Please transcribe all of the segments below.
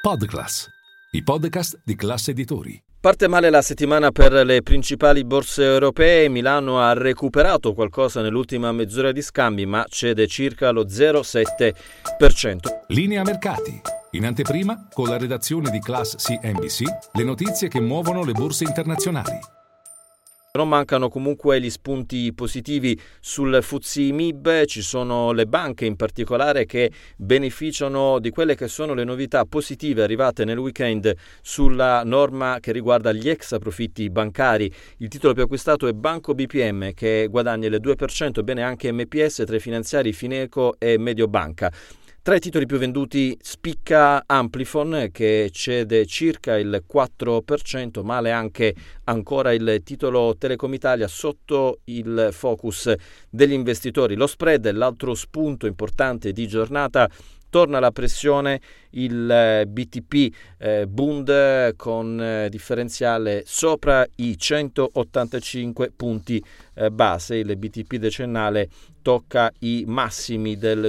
Podclass, i podcast di Class Editori. Parte male la settimana per le principali borse europee. Milano ha recuperato qualcosa nell'ultima mezz'ora di scambi, ma cede circa lo 0,7%. Linea mercati. In anteprima, con la redazione di Class CNBC, le notizie che muovono le borse internazionali. Non mancano comunque gli spunti positivi sul FTSE MIB, ci sono le banche in particolare che beneficiano di quelle che sono le novità positive arrivate nel weekend sulla norma che riguarda gli extraprofitti bancari. Il titolo più acquistato è Banco BPM che guadagna il 2%, bene anche MPS tra i finanziari Fineco e Mediobanca. Tra i titoli più venduti spicca Amplifon che cede circa il 4%, male anche ancora il titolo Telecom Italia sotto il focus degli investitori. Lo spread è l'altro spunto importante di giornata. Torna la pressione, il BTP Bund con differenziale sopra i 185 punti base. Il BTP decennale tocca i massimi del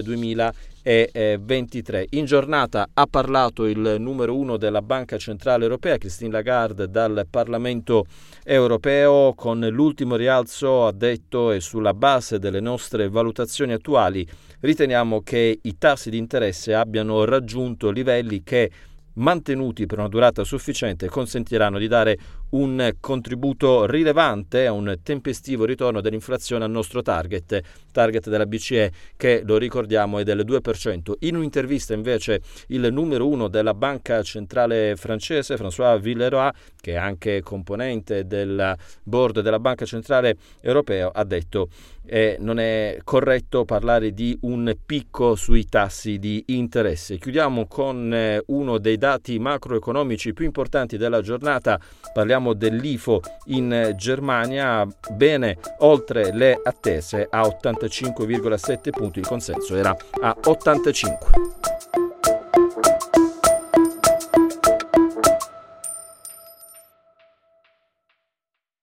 2023. In giornata ha parlato il numero uno della Banca Centrale Europea, Christine Lagarde, dal Parlamento Europeo. Con l'ultimo rialzo ha detto: e sulla base delle nostre valutazioni attuali riteniamo che i tassi di interesse abbiano raggiunto livelli che, mantenuti per una durata sufficiente, consentiranno di dare un contributo rilevante a un tempestivo ritorno dell'inflazione al nostro target della BCE, che lo ricordiamo è del 2%. In un'intervista invece il numero uno della Banca Centrale francese, François Villeroy, che è anche componente del board della Banca Centrale Europea, ha detto non è corretto parlare di un picco sui tassi di interesse. Chiudiamo con uno dei dati macroeconomici più importanti della giornata. Parliamo dell'IFO in Germania, bene oltre le attese a 85,7 punti, il consenso era a 85.